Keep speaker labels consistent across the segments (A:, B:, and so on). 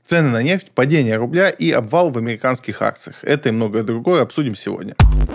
A: Цены на нефть, падение рубля и обвал в американских акциях. Это и многое другое обсудим сегодня.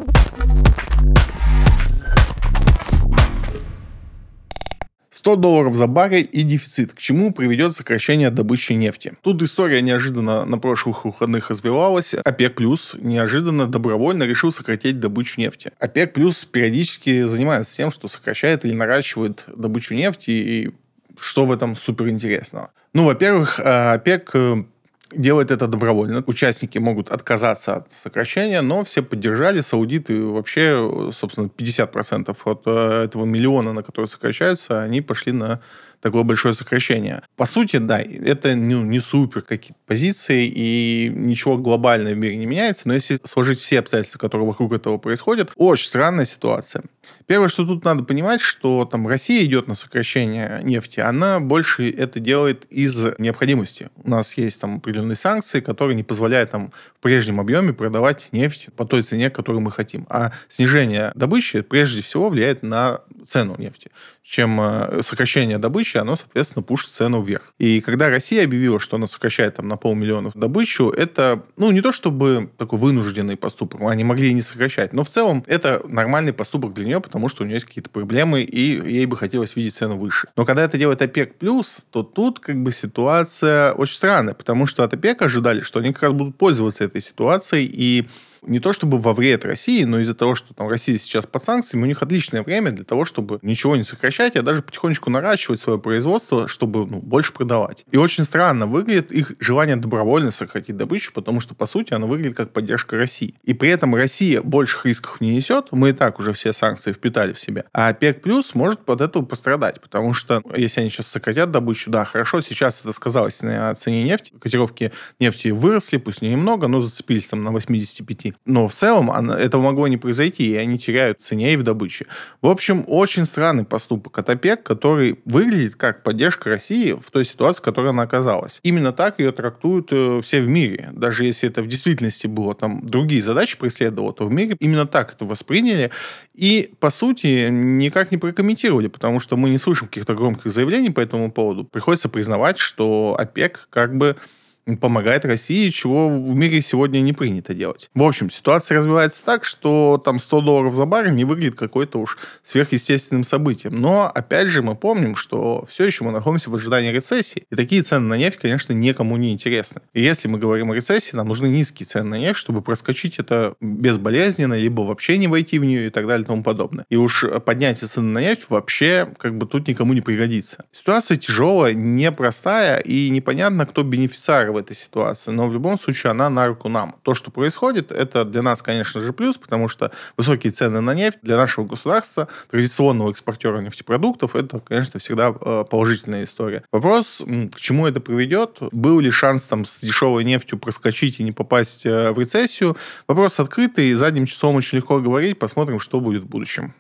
A: $100 за баррель и дефицит. К чему приведет сокращение добычи нефти? Тут история неожиданно на прошлых выходных развивалась. ОПЕК+ неожиданно добровольно решил сократить добычу нефти. ОПЕК+ периодически занимается тем, что сокращает или наращивает добычу нефти, и что в этом суперинтересного? Во-первых, ОПЕК делает это добровольно. Участники могут отказаться от сокращения, но все поддержали. Саудиты вообще, собственно, 50% от этого миллиона, на который сокращаются, они пошли на такое большое сокращение. По сути, да, это не супер какие-то позиции, и ничего глобального в мире не меняется, но если сложить все обстоятельства, которые вокруг этого происходят, очень странная ситуация. Первое, что тут надо понимать, что там Россия идет на сокращение нефти, она больше это делает из необходимости. У нас есть там определенные санкции, которые не позволяют там в прежнем объеме продавать нефть по той цене, которую мы хотим. А снижение добычи прежде всего влияет на цену нефти. Чем сокращение добычи, оно, соответственно, пушит цену вверх. И когда Россия объявила, что она сокращает там на 500 000 добычу, это, не то чтобы такой вынужденный поступок, они могли и не сокращать, но в целом это нормальный поступок для нее, потому что у нее есть какие-то проблемы, и ей бы хотелось видеть цену выше. Но когда это делает ОПЕК+, то тут ситуация очень странная, потому что от ОПЕК ожидали, что они как раз будут пользоваться этой ситуацией, и не то чтобы во вред России, но из-за того, что там Россия сейчас под санкциями, у них отличное время для того, чтобы ничего не сокращать, а даже потихонечку наращивать свое производство, чтобы больше продавать. И очень странно выглядит их желание добровольно сократить добычу, потому что, по сути, оно выглядит как поддержка России. И при этом Россия больших рисков не несет, мы и так уже все санкции впитали в себя. А ОПЕК+ может от этого пострадать, потому что если они сейчас сократят добычу, да, хорошо, сейчас это сказалось на цене нефти, котировки нефти выросли, пусть не немного, но зацепились там на 85. Но в целом этого могло не произойти, и они теряют в цене и в добыче. В общем, очень странный поступок от ОПЕК, который выглядит как поддержка России в той ситуации, в которой она оказалась. Именно так ее трактуют все в мире. Даже если это в действительности было, там другие задачи преследовало, то в мире именно так это восприняли. И, по сути, никак не прокомментировали, потому что мы не слышим каких-то громких заявлений по этому поводу. Приходится признавать, что ОПЕК помогает России, чего в мире сегодня не принято делать. В общем, ситуация развивается так, что там $100 за баррель не выглядит какой-то уж сверхъестественным событием. Но, опять же, мы помним, что все еще мы находимся в ожидании рецессии. И такие цены на нефть, конечно, никому не интересны. И если мы говорим о рецессии, нам нужны низкие цены на нефть, чтобы проскочить это безболезненно, либо вообще не войти в нее и так далее и тому подобное. И уж поднятие цены на нефть вообще тут никому не пригодится. Ситуация тяжелая, непростая, и непонятно, кто бенефициар в этой ситуации, но в любом случае она на руку нам. То, что происходит, это для нас, конечно же, плюс, потому что высокие цены на нефть для нашего государства, традиционного экспортера нефтепродуктов, это, конечно, всегда положительная история. Вопрос, к чему это приведет? Был ли шанс там с дешевой нефтью проскочить и не попасть в рецессию? Вопрос открытый, задним числом очень легко говорить, посмотрим, что будет в будущем.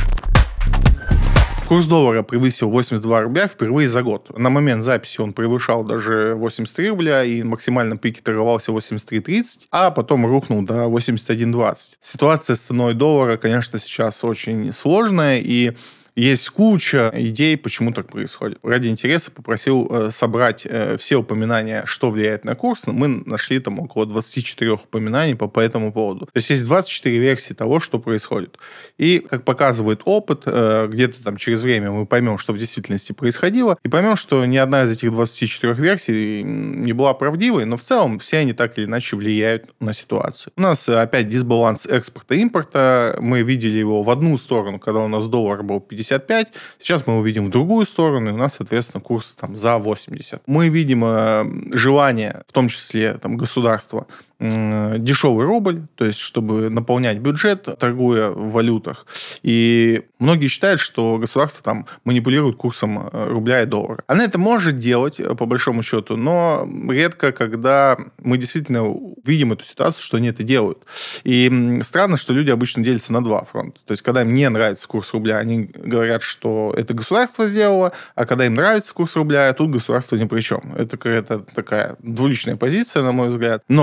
A: Курс доллара превысил 82 рубля впервые за год. На момент записи он превышал даже 83 рубля и в максимальном пике торговался 83.30, а потом рухнул до 81.20. Ситуация с ценой доллара, конечно, сейчас очень сложная, и есть куча идей, почему так происходит. Ради интереса попросил собрать все упоминания, что влияет на курс. Мы нашли там около 24 упоминаний по этому поводу. То есть 24 версии того, что происходит. И, как показывает опыт, где-то там через время мы поймем, что в действительности происходило, и поймем, что ни одна из этих 24 версий не была правдивой, но в целом все они так или иначе влияют на ситуацию. У нас опять дисбаланс экспорта и импорта. Мы видели его в одну сторону, когда у нас доллар был 55. Сейчас мы увидим в другую сторону, и у нас, соответственно, курс там за 80. Мы видим желание, в том числе там, государства, дешевый рубль, то есть чтобы наполнять бюджет, торгуя в валютах. И многие считают, что государство там манипулирует курсом рубля и доллара. Она это может делать, по большому счету, но редко, когда мы действительно видим эту ситуацию, что они это делают. И странно, что люди обычно делятся на два фронта. То есть, когда им не нравится курс рубля, они говорят, что это государство сделало, а когда им нравится курс рубля, тут государство ни при чем. Это какая-то такая двуличная позиция, на мой взгляд. Но в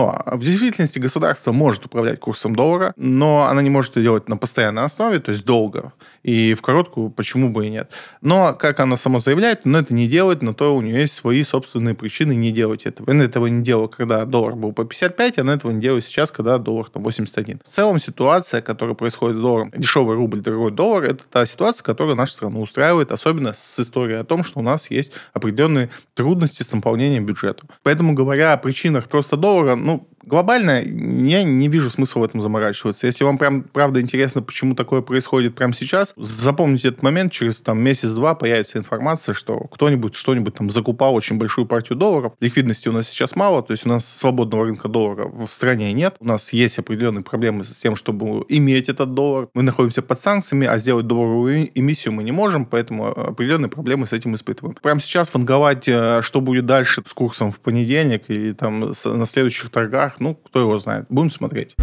A: действительности государство может управлять курсом доллара, но она не может это делать на постоянной основе, то есть долго. И в короткую почему бы и нет. Но, как оно само заявляет, но это не делает, на то у нее есть свои собственные причины не делать этого. Она этого не делала, когда доллар был по 55, она этого не делает сейчас, когда доллар там 81. В целом ситуация, которая происходит с долларом, дешевый рубль, дорогой доллар, это та ситуация, которая нашу страну устраивает, особенно с историей о том, что у нас есть определенные трудности с наполнением бюджета. Поэтому, говоря о причинах роста доллара, глобально я не вижу смысла в этом заморачиваться. Если вам прям правда интересно, почему такое происходит прямо сейчас, запомните этот момент, через месяц-два появится информация, что кто-нибудь что-нибудь там закупал очень большую партию долларов. Ликвидности у нас сейчас мало, то есть у нас свободного рынка доллара в стране нет. У нас есть определенные проблемы с тем, чтобы иметь этот доллар. Мы находимся под санкциями, а сделать долларовую эмиссию мы не можем, поэтому определенные проблемы с этим испытываем. Прямо сейчас ванговать, что будет дальше с курсом в понедельник или там на следующих торгах, кто его знает. Будем смотреть.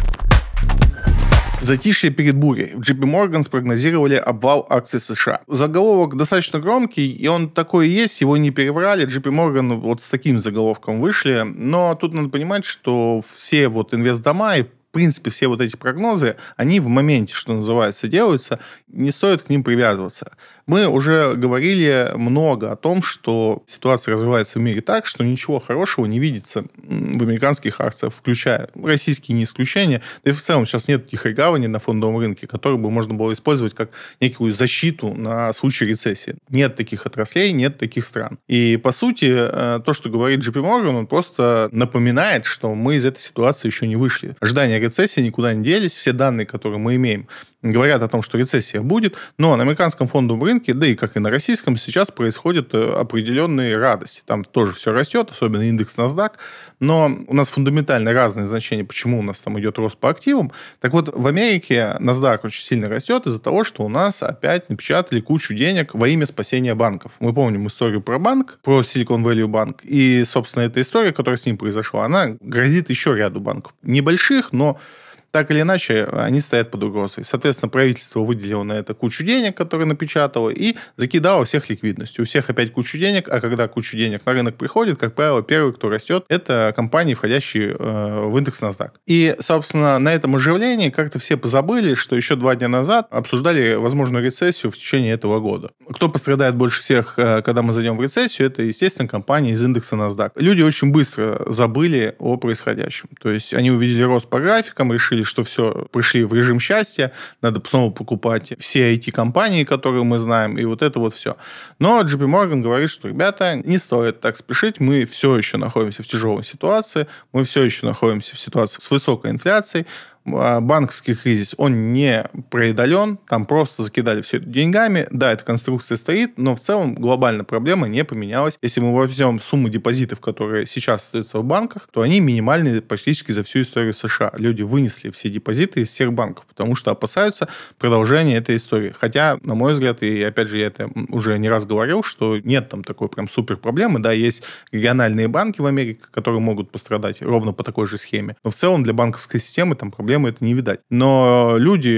A: Затишье перед бурей. В JP Morgan спрогнозировали обвал акций США. Заголовок достаточно громкий, и он такой и есть, его не переврали. JP Morgan вот с таким заголовком вышли. Но тут надо понимать, что все инвестдома и в принципе, все вот эти прогнозы, они в моменте, что называется, делаются, не стоит к ним привязываться. Мы уже говорили много о том, что ситуация развивается в мире так, что ничего хорошего не видится в американских акциях, включая российские не исключения. Да и в целом сейчас нет тихой гавани на фондовом рынке, которую бы можно было использовать как некую защиту на случай рецессии. Нет таких отраслей, нет таких стран. И, по сути, то, что говорит JP Morgan, он просто напоминает, что мы из этой ситуации еще не вышли. Ожидания рецессии никуда не делись. Все данные, которые мы имеем, говорят о том, что рецессия будет, но на американском фондовом рынке, да и как и на российском, сейчас происходят определенные радости. Там тоже все растет, особенно индекс NASDAQ, но у нас фундаментально разные значения, почему у нас там идет рост по активам. Так вот, в Америке NASDAQ очень сильно растет из-за того, что у нас опять напечатали кучу денег во имя спасения банков. Мы помним историю про банк, про Silicon Valley Bank, и, собственно, эта история, которая с ним произошла, она грозит еще ряду банков. Небольших, но так или иначе, они стоят под угрозой. Соответственно, правительство выделило на это кучу денег, которые напечатало, и закидало всех ликвидностью. У всех опять кучу денег, а когда кучу денег на рынок приходит, как правило, первый, кто растет, это компании, входящие в индекс NASDAQ. И, собственно, на этом оживлении как-то все позабыли, что еще 2 дня назад обсуждали возможную рецессию в течение этого года. Кто пострадает больше всех, когда мы зайдем в рецессию, это, естественно, компании из индекса NASDAQ. Люди очень быстро забыли о происходящем. То есть они увидели рост по графикам, решили, что все, пришли в режим счастья, надо снова покупать все IT-компании, которые мы знаем, и вот это вот все. Но JP Morgan говорит, что, ребята, не стоит так спешить, мы все еще находимся в тяжелой ситуации, мы все еще находимся в ситуации с высокой инфляцией, банковский кризис, он не преодолен, там просто закидали все это деньгами. Да, эта конструкция стоит, но в целом глобально проблема не поменялась. Если мы возьмем сумму депозитов, которые сейчас остаются в банках, то они минимальные практически за всю историю США. Люди вынесли все депозиты из всех банков, потому что опасаются продолжения этой истории. Хотя, на мой взгляд, и опять же я это уже не раз говорил, что нет там такой прям супер проблемы. Да, есть региональные банки в Америке, которые могут пострадать ровно по такой же схеме. Но в целом для банковской системы там проблемы это не видать. Но люди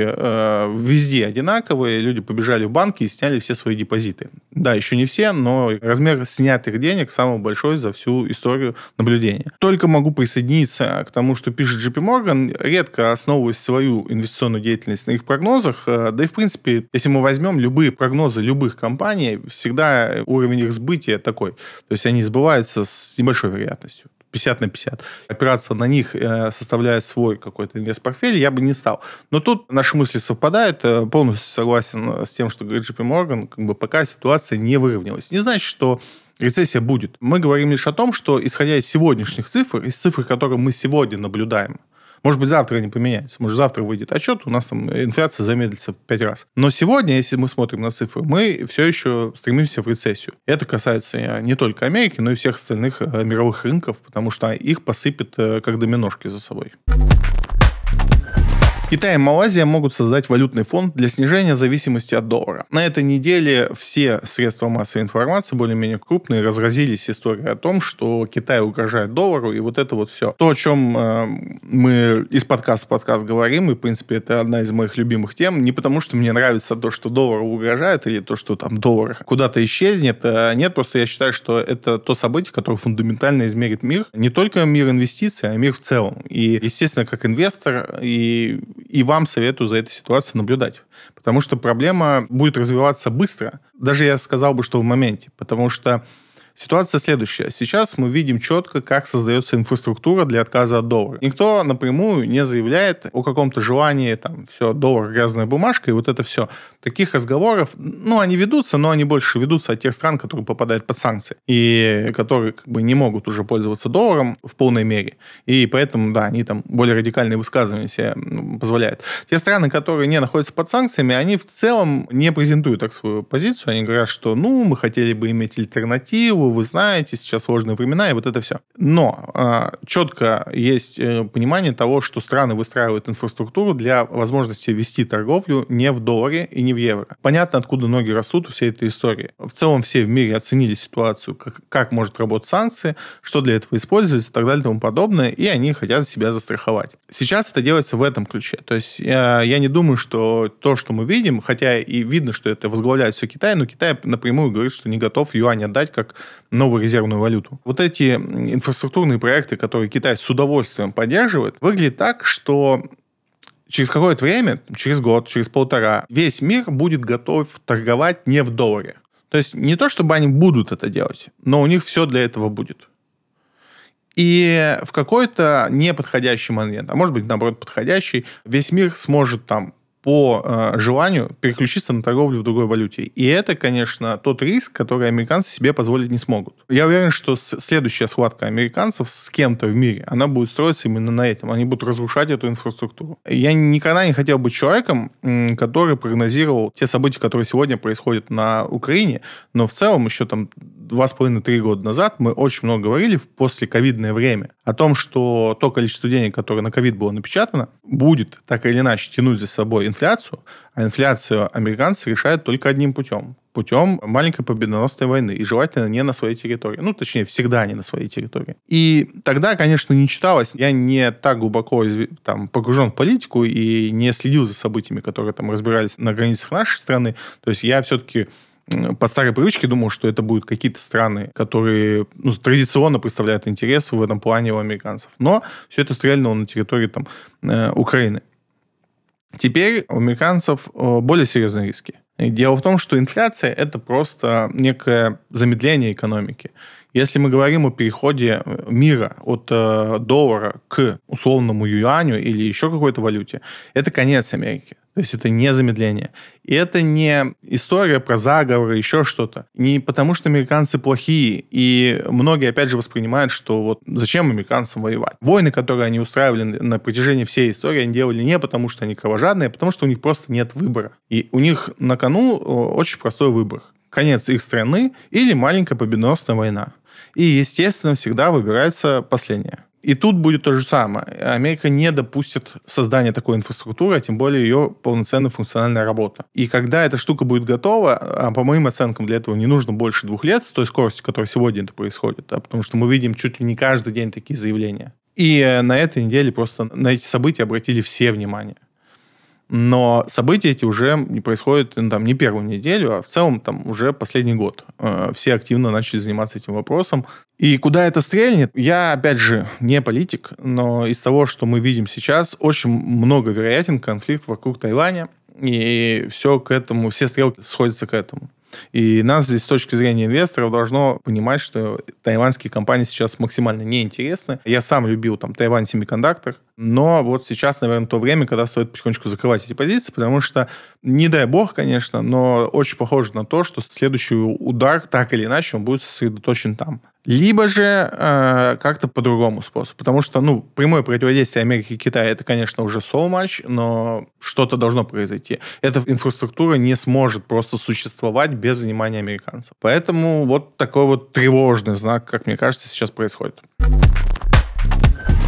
A: везде одинаковые, люди побежали в банки и сняли все свои депозиты. Да, еще не все, но размер снятых денег самый большой за всю историю наблюдения. Только могу присоединиться к тому, что пишет JP Morgan, редко основываясь свою инвестиционную деятельность на их прогнозах, да и в принципе, если мы возьмем любые прогнозы любых компаний, всегда уровень их сбытия такой. То есть они сбываются с небольшой вероятностью. 50/50. Опираться на них, составляя свой какой-то инвестпортфель, я бы не стал. Но тут наши мысли совпадают. Полностью согласен с тем, что говорит JP Morgan, пока ситуация не выровнялась. Не значит, что рецессия будет. Мы говорим лишь о том, что, исходя из сегодняшних цифр, из цифр, которые мы сегодня наблюдаем, может быть, завтра они поменяются. Может, завтра выйдет отчет, у нас там инфляция замедлится в 5 раз. Но сегодня, если мы смотрим на цифры, мы все еще стремимся в рецессию. Это касается не только Америки, но и всех остальных мировых рынков, потому что их посыпят как доминошки за собой. Китай и Малайзия могут создать валютный фонд для снижения зависимости от доллара. На этой неделе все средства массовой информации, более-менее крупные, разразились историей о том, что Китай угрожает доллару, и вот это вот все. То, о чем мы из подкаста в подкаст говорим, и, в принципе, это одна из моих любимых тем, не потому, что мне нравится то, что доллар угрожает, или то, что там доллар куда-то исчезнет. Нет, просто я считаю, что это то событие, которое фундаментально изменит мир. Не только мир инвестиций, а мир в целом. И, естественно, как инвестор, и вам советую за этой ситуацией наблюдать. Потому что проблема будет развиваться быстро. Даже я сказал бы, что в моменте. Потому что ситуация следующая. Сейчас мы видим четко, как создается инфраструктура для отказа от доллара. Никто напрямую не заявляет о каком-то желании, там, все, доллар, грязная бумажка, и вот это все. Таких разговоров, они ведутся, но они больше ведутся от тех стран, которые попадают под санкции, и которые как бы не могут уже пользоваться долларом в полной мере. И поэтому, да, они там более радикальные высказывания себе позволяют. Те страны, которые не находятся под санкциями, они в целом не презентуют так свою позицию. Они говорят, что, мы хотели бы иметь альтернативу, вы знаете, сейчас сложные времена, и вот это все. Но четко есть понимание того, что страны выстраивают инфраструктуру для возможности вести торговлю не в долларе и не в евро. Понятно, откуда ноги растут у всей этой истории. В целом все в мире оценили ситуацию, как может работать санкции, что для этого используется и так далее и тому подобное, и они хотят себя застраховать. Сейчас это делается в этом ключе. То есть я не думаю, что то, что мы видим, хотя и видно, что это возглавляет все Китай, но Китай напрямую говорит, что не готов юань отдать как новую резервную валюту. Вот эти инфраструктурные проекты, которые Китай с удовольствием поддерживает, выглядят так, что через какое-то время, через год, через полтора, весь мир будет готов торговать не в долларе. То есть не то, чтобы они будут это делать, но у них все для этого будет. И в какой-то неподходящий момент, а может быть, наоборот, подходящий, весь мир сможет там по желанию переключиться на торговлю в другой валюте. И это, конечно, тот риск, который американцы себе позволить не смогут. Я уверен, что следующая схватка американцев с кем-то в мире, она будет строиться именно на этом. Они будут разрушать эту инфраструктуру. Я никогда не хотел быть человеком, который прогнозировал те события, которые сегодня происходят на Украине, но в целом еще там 2,5-3 года назад мы очень много говорили в послековидное время о том, что то количество денег, которое на ковид было напечатано, будет так или иначе тянуть за собой инфляцию, а инфляцию американцы решают только одним путем. Путем маленькой победоносной войны. И желательно не на своей территории. Точнее, всегда не на своей территории. И тогда, конечно, не читалось. Я не так глубоко погружен в политику и не следил за событиями, которые там разбирались на границах нашей страны. То есть я все-таки по старой привычке думал, что это будут какие-то страны, которые традиционно представляют интересы в этом плане у американцев. Но все это стрельнуло на территории Украины. Теперь у американцев более серьезные риски. Дело в том, что инфляция – это просто некое замедление экономики. Если мы говорим о переходе мира от доллара к условному юаню или еще какой-то валюте, это конец Америки. То есть это не замедление. И это не история про заговоры, еще что-то. Не потому, что американцы плохие. И многие, опять же, воспринимают, что зачем американцам воевать. Войны, которые они устраивали на протяжении всей истории, они делали не потому, что они кровожадные, а потому, что у них просто нет выбора. И у них на кону очень простой выбор. Конец их страны или маленькая победоносная война. И, естественно, всегда выбирается последнее. И тут будет то же самое. Америка не допустит создания такой инфраструктуры, а тем более ее полноценная функциональная работа. И когда эта штука будет готова, а по моим оценкам для этого не нужно больше 2 лет с той скоростью, которой сегодня это происходит, потому что мы видим чуть ли не каждый день такие заявления. И на этой неделе просто на эти события обратили все внимание. Но события эти уже не происходят не первую неделю, а в целом уже последний год. Все активно начали заниматься этим вопросом. И куда это стрельнет, я, опять же, не политик, но из того, что мы видим сейчас, очень много вероятен конфликт вокруг Тайваня, и все стрелки сходятся к этому. И нас здесь с точки зрения инвесторов должно понимать, что тайваньские компании сейчас максимально неинтересны. Я сам любил Тайвань Семикондактор, но вот сейчас, наверное, то время, когда стоит потихонечку закрывать эти позиции, потому что, не дай бог, конечно, но очень похоже на то, что следующий удар, так или иначе, он будет сосредоточен там. Либо же как-то по другому способу. Потому что, прямое противодействие Америки и Китая, это, конечно, уже so much, но что-то должно произойти. Эта инфраструктура не сможет просто существовать без внимания американцев. Поэтому вот такой вот тревожный знак, как мне кажется, сейчас происходит.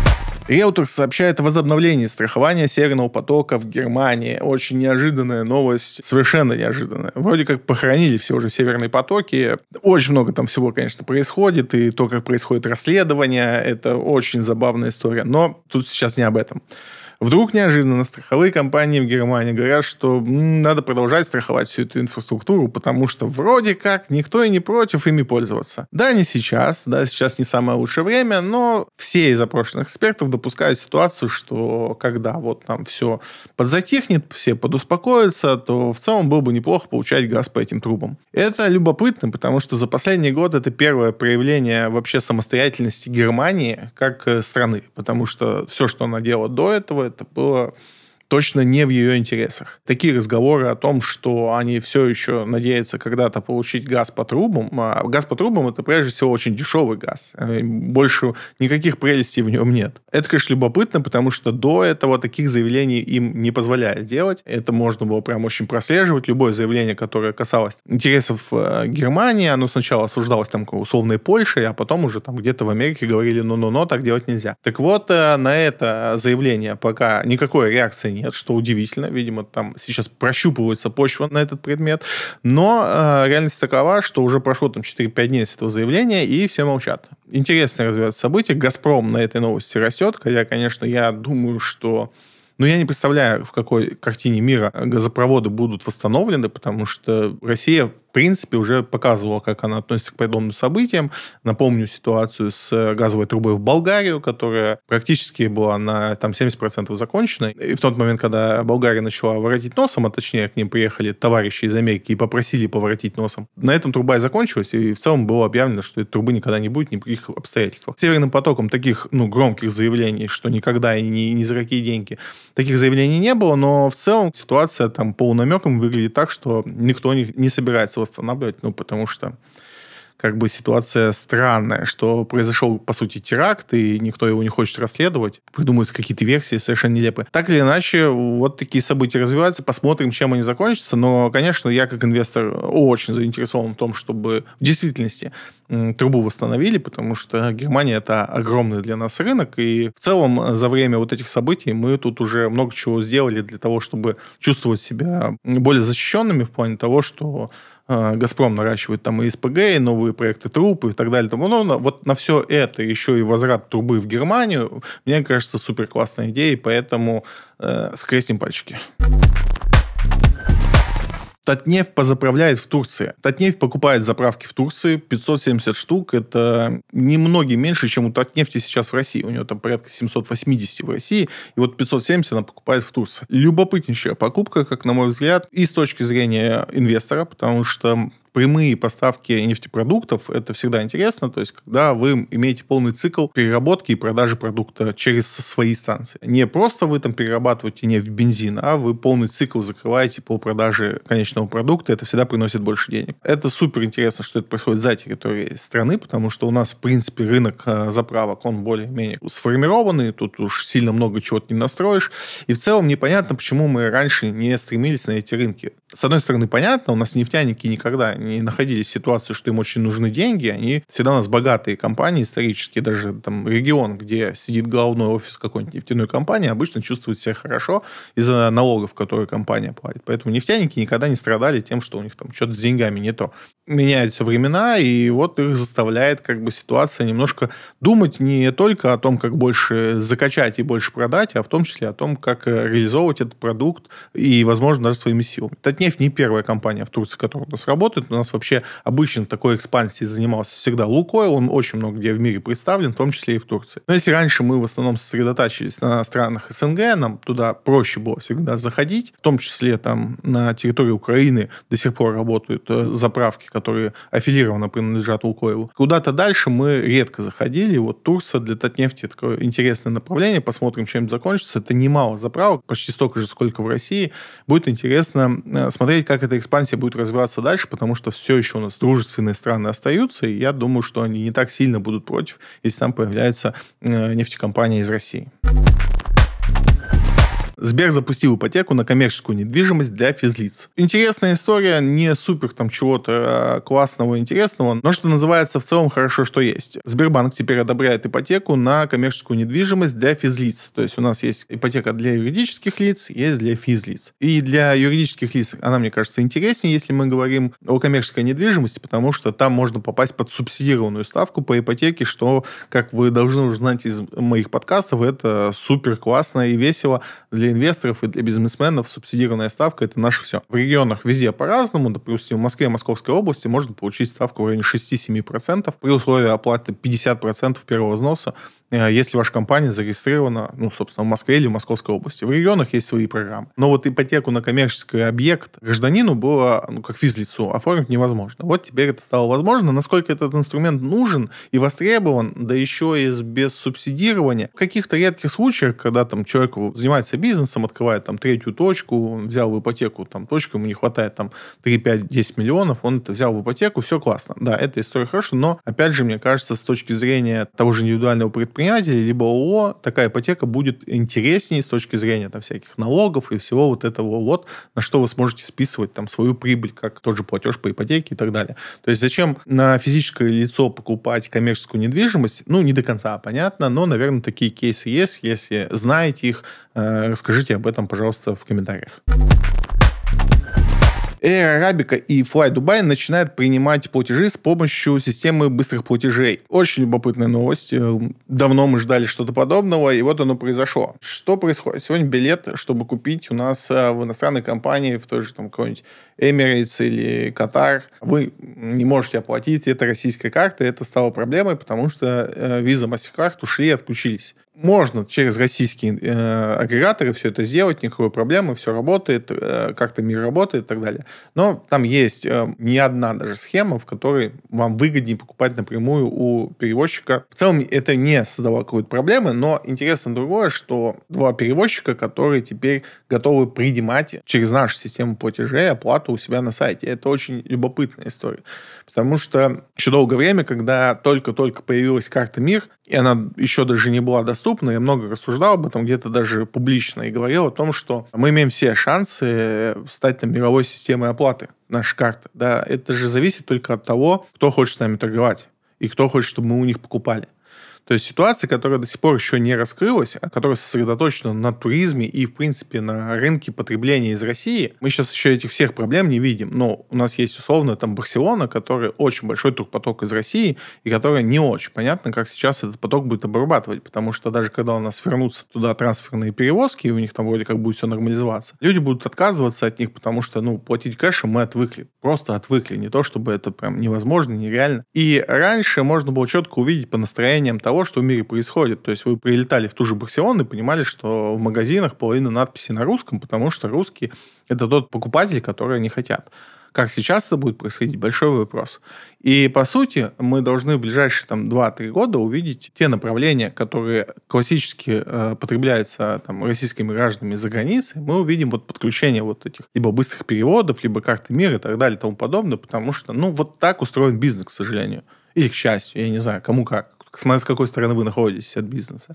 A: Reuters сообщает о возобновлении страхования Северного потока в Германии. Очень неожиданная новость, совершенно неожиданная. Вроде как похоронили все уже Северные потоки. Очень много там всего, конечно, происходит. И то, как происходит расследование, это очень забавная история. Но тут сейчас не об этом. Вдруг неожиданно страховые компании в Германии говорят, что надо продолжать страховать всю эту инфраструктуру, потому что вроде как никто и не против ими пользоваться. Да, не сейчас, да, сейчас не самое лучшее время, но все из опрошенных экспертов допускают ситуацию, что когда вот там все подзатихнет, все подуспокоятся, то в целом было бы неплохо получать газ по этим трубам. Это любопытно, потому что за последний год это первое проявление вообще самостоятельности Германии как страны, потому что все, что она делала до этого, это было точно не в ее интересах. Такие разговоры о том, что они все еще надеются когда-то получить газ по трубам. А газ по трубам — это, прежде всего, очень дешевый газ. Больше никаких прелестей в нем нет. Это, конечно, любопытно, потому что до этого таких заявлений им не позволяли делать. Это можно было прям очень прослеживать. Любое заявление, которое касалось интересов Германии, оно сначала осуждалось там условной Польшей, а потом уже там где-то в Америке говорили: «Ну, так делать нельзя». Так вот, на это заявление пока никакой реакции нет, что удивительно. Видимо, там сейчас прощупывается почва на этот предмет. Но реальность такова, что уже прошло там 4-5 дней с этого заявления, и все молчат. Интересно развиваются события. «Газпром» на этой новости растет. Хотя, конечно, я думаю, что... я не представляю, в какой картине мира газопроводы будут восстановлены, потому что Россия, в принципе, уже показывала, как она относится к подобным событиям. Напомню ситуацию с газовой трубой в Болгарию, которая практически была на там 70% закончена. И в тот момент, когда Болгария начала воротить носом, а точнее к ним приехали товарищи из Америки и попросили поворотить носом, на этом труба и закончилась, и в целом было объявлено, что этой трубы никогда не будет ни при каких обстоятельствах. Северным потоком таких громких заявлений, что никогда и ни за какие деньги, таких заявлений не было, но в целом ситуация там полунамеком выглядит так, что никто не собирается восстанавливать, потому что как бы ситуация странная, что произошел, по сути, теракт, и никто его не хочет расследовать. Придумываются какие-то версии совершенно нелепые. Так или иначе, вот такие события развиваются. Посмотрим, чем они закончатся. Но, конечно, я как инвестор очень заинтересован в том, чтобы в действительности трубу восстановили, потому что Германия — это огромный для нас рынок. И в целом за время вот этих событий мы тут уже много чего сделали для того, чтобы чувствовать себя более защищенными в плане того, что «Газпром» наращивает там и СПГ, и новые проекты труб, и так далее. Вот на все это еще и возврат трубы в Германию, мне кажется, супер классная идея, и поэтому скрестим пальчики. Татнефть позаправляет в Турции. Татнефть покупает заправки в Турции, 570 штук. Это немногим меньше, чем у Татнефти сейчас в России. У него там порядка 780 в России. И вот 570 она покупает в Турции. Любопытнейшая покупка, как на мой взгляд, и с точки зрения инвестора, потому что прямые поставки нефтепродуктов — это всегда интересно, то есть когда вы имеете полный цикл переработки и продажи продукта через свои станции. Не просто вы там перерабатываете нефть в бензин, а вы полный цикл закрываете по продаже конечного продукта, это всегда приносит больше денег. Это супер интересно, что это происходит за территорией страны, потому что у нас, в принципе, рынок заправок, он более-менее сформированный, тут уж сильно много чего-то не настроишь, и в целом непонятно, почему мы раньше не стремились на эти рынки. С одной стороны, понятно, у нас нефтяники никогда не находились в ситуации, что им очень нужны деньги. Они всегда у нас богатые компании исторические, даже там регион, где сидит головной офис какой-нибудь нефтяной компании, обычно чувствует себя хорошо из-за налогов, которые компания платит. Поэтому нефтяники никогда не страдали тем, что у них там что-то с деньгами не то. Меняются времена, и вот их заставляет как бы ситуация немножко думать не только о том, как больше закачать и больше продать, а в том числе о том, как реализовывать этот продукт и, возможно, даже своими силами. Татнефть не первая компания в Турции, которая у нас работает. У нас вообще обычно такой экспансией занимался всегда Лукойл. Он очень много где в мире представлен, в том числе и в Турции. Но если раньше мы в основном сосредотачивались на странах СНГ, нам туда проще было всегда заходить, в том числе там на территории Украины до сих пор работают заправки, которые аффилированно принадлежат Лукойлу. Куда-то дальше мы редко заходили. Вот Турция для Татнефти такое интересное направление. Посмотрим, чем это закончится. Это немало заправок, почти столько же, сколько в России. Будет интересно смотреть, как эта экспансия будет развиваться дальше, потому что все еще у нас дружественные страны остаются, и я думаю, что они не так сильно будут против, если там появляется нефтекомпания из России. Сбер запустил ипотеку на коммерческую недвижимость для физлиц. Интересная история, не супер там чего-то классного, интересного, но что называется в целом хорошо, что есть. Сбербанк теперь одобряет ипотеку на коммерческую недвижимость для физлиц. То есть у нас есть ипотека для юридических лиц, есть для физлиц. И для юридических лиц она, мне кажется, интереснее, если мы говорим о коммерческой недвижимости, потому что там можно попасть под субсидированную ставку по ипотеке, что, как вы должны уже знать из моих подкастов, это супер классно и весело для инвесторов и для бизнесменов. Субсидированная ставка — это наше все. В регионах везде по-разному. Допустим, в Москве и Московской области можно получить ставку в районе 6-7% при условии оплаты 50% первого взноса, если ваша компания зарегистрирована, собственно, в Москве или в Московской области. В регионах есть свои программы. Но вот ипотеку на коммерческий объект гражданину было, как физлицу, оформить невозможно. Вот теперь это стало возможно. Насколько этот инструмент нужен и востребован, да еще и без субсидирования. В каких-то редких случаях, когда там человек занимается бизнесом, открывает там третью точку, взял в ипотеку там точку, ему не хватает там 3, 5, 10 миллионов, он это взял в ипотеку, все классно. Да, эта история хорошая, но, опять же, мне кажется, с точки зрения того же индивидуального предприятия, либо ООО, такая ипотека будет интереснее с точки зрения там всяких налогов и всего вот этого вот, на что вы сможете списывать там свою прибыль, как тот же платеж по ипотеке и так далее. То есть зачем на физическое лицо покупать коммерческую недвижимость? Не до конца понятно, но, наверное, такие кейсы есть. Если знаете их, расскажите об этом, пожалуйста, в комментариях. Air Arabica и Fly Dubai начинают принимать платежи с помощью системы быстрых платежей. Очень любопытная новость. Давно мы ждали что-то подобного, и вот оно произошло. Что происходит? Сегодня билет, чтобы купить у нас в иностранной компании, в той же там какой-нибудь Emirates или Катар, вы не можете оплатить. Это российская карта, это стало проблемой, потому что Visa, MasterCard ушли и отключились. Можно через российские агрегаторы все это сделать, никакой проблемы, все работает, карта МИР работает и так далее. Но там есть не одна даже схема, в которой вам выгоднее покупать напрямую у перевозчика. В целом это не создавало какой-то проблемы, но интересно другое, что два перевозчика, которые теперь готовы принимать через нашу систему платежей оплату у себя на сайте. Это очень любопытная история. Потому что еще долгое время, когда только-только появилась карта МИР, и она еще даже не была доступна, я много рассуждал об этом, где-то даже публично, и говорил о том, что мы имеем все шансы стать там мировой системой оплаты, наша карта. Да, это же зависит только от того, кто хочет с нами торговать, и кто хочет, чтобы мы у них покупали. То есть ситуация, которая до сих пор еще не раскрылась, а которая сосредоточена на туризме и, в принципе, на рынке потребления из России, мы сейчас еще этих всех проблем не видим. Но у нас есть, условно, там Барселона, который очень большой турпоток из России, и которая не очень понятно, как сейчас этот поток будет обрабатывать. Потому что даже когда у нас вернутся туда трансферные перевозки, и у них там вроде как будет все нормализоваться, люди будут отказываться от них, потому что, платить кэшем мы отвыкли. Просто отвыкли. Не то, чтобы это прям невозможно, нереально. И раньше можно было четко увидеть по настроениям того, что в мире происходит. То есть вы прилетали в ту же Барселону и понимали, что в магазинах половина надписей на русском, потому что русские — это тот покупатель, который они хотят. Как сейчас это будет происходить, большой вопрос. И, по сути, мы должны в ближайшие 2-3 года увидеть те направления, которые классически потребляются российскими гражданами за границей. Мы увидим подключение этих либо быстрых переводов, либо карты МИР и так далее и тому подобное, потому что, вот так устроен бизнес, к сожалению. Или к счастью, я не знаю, кому как. Смотря с какой стороны вы находитесь от бизнеса.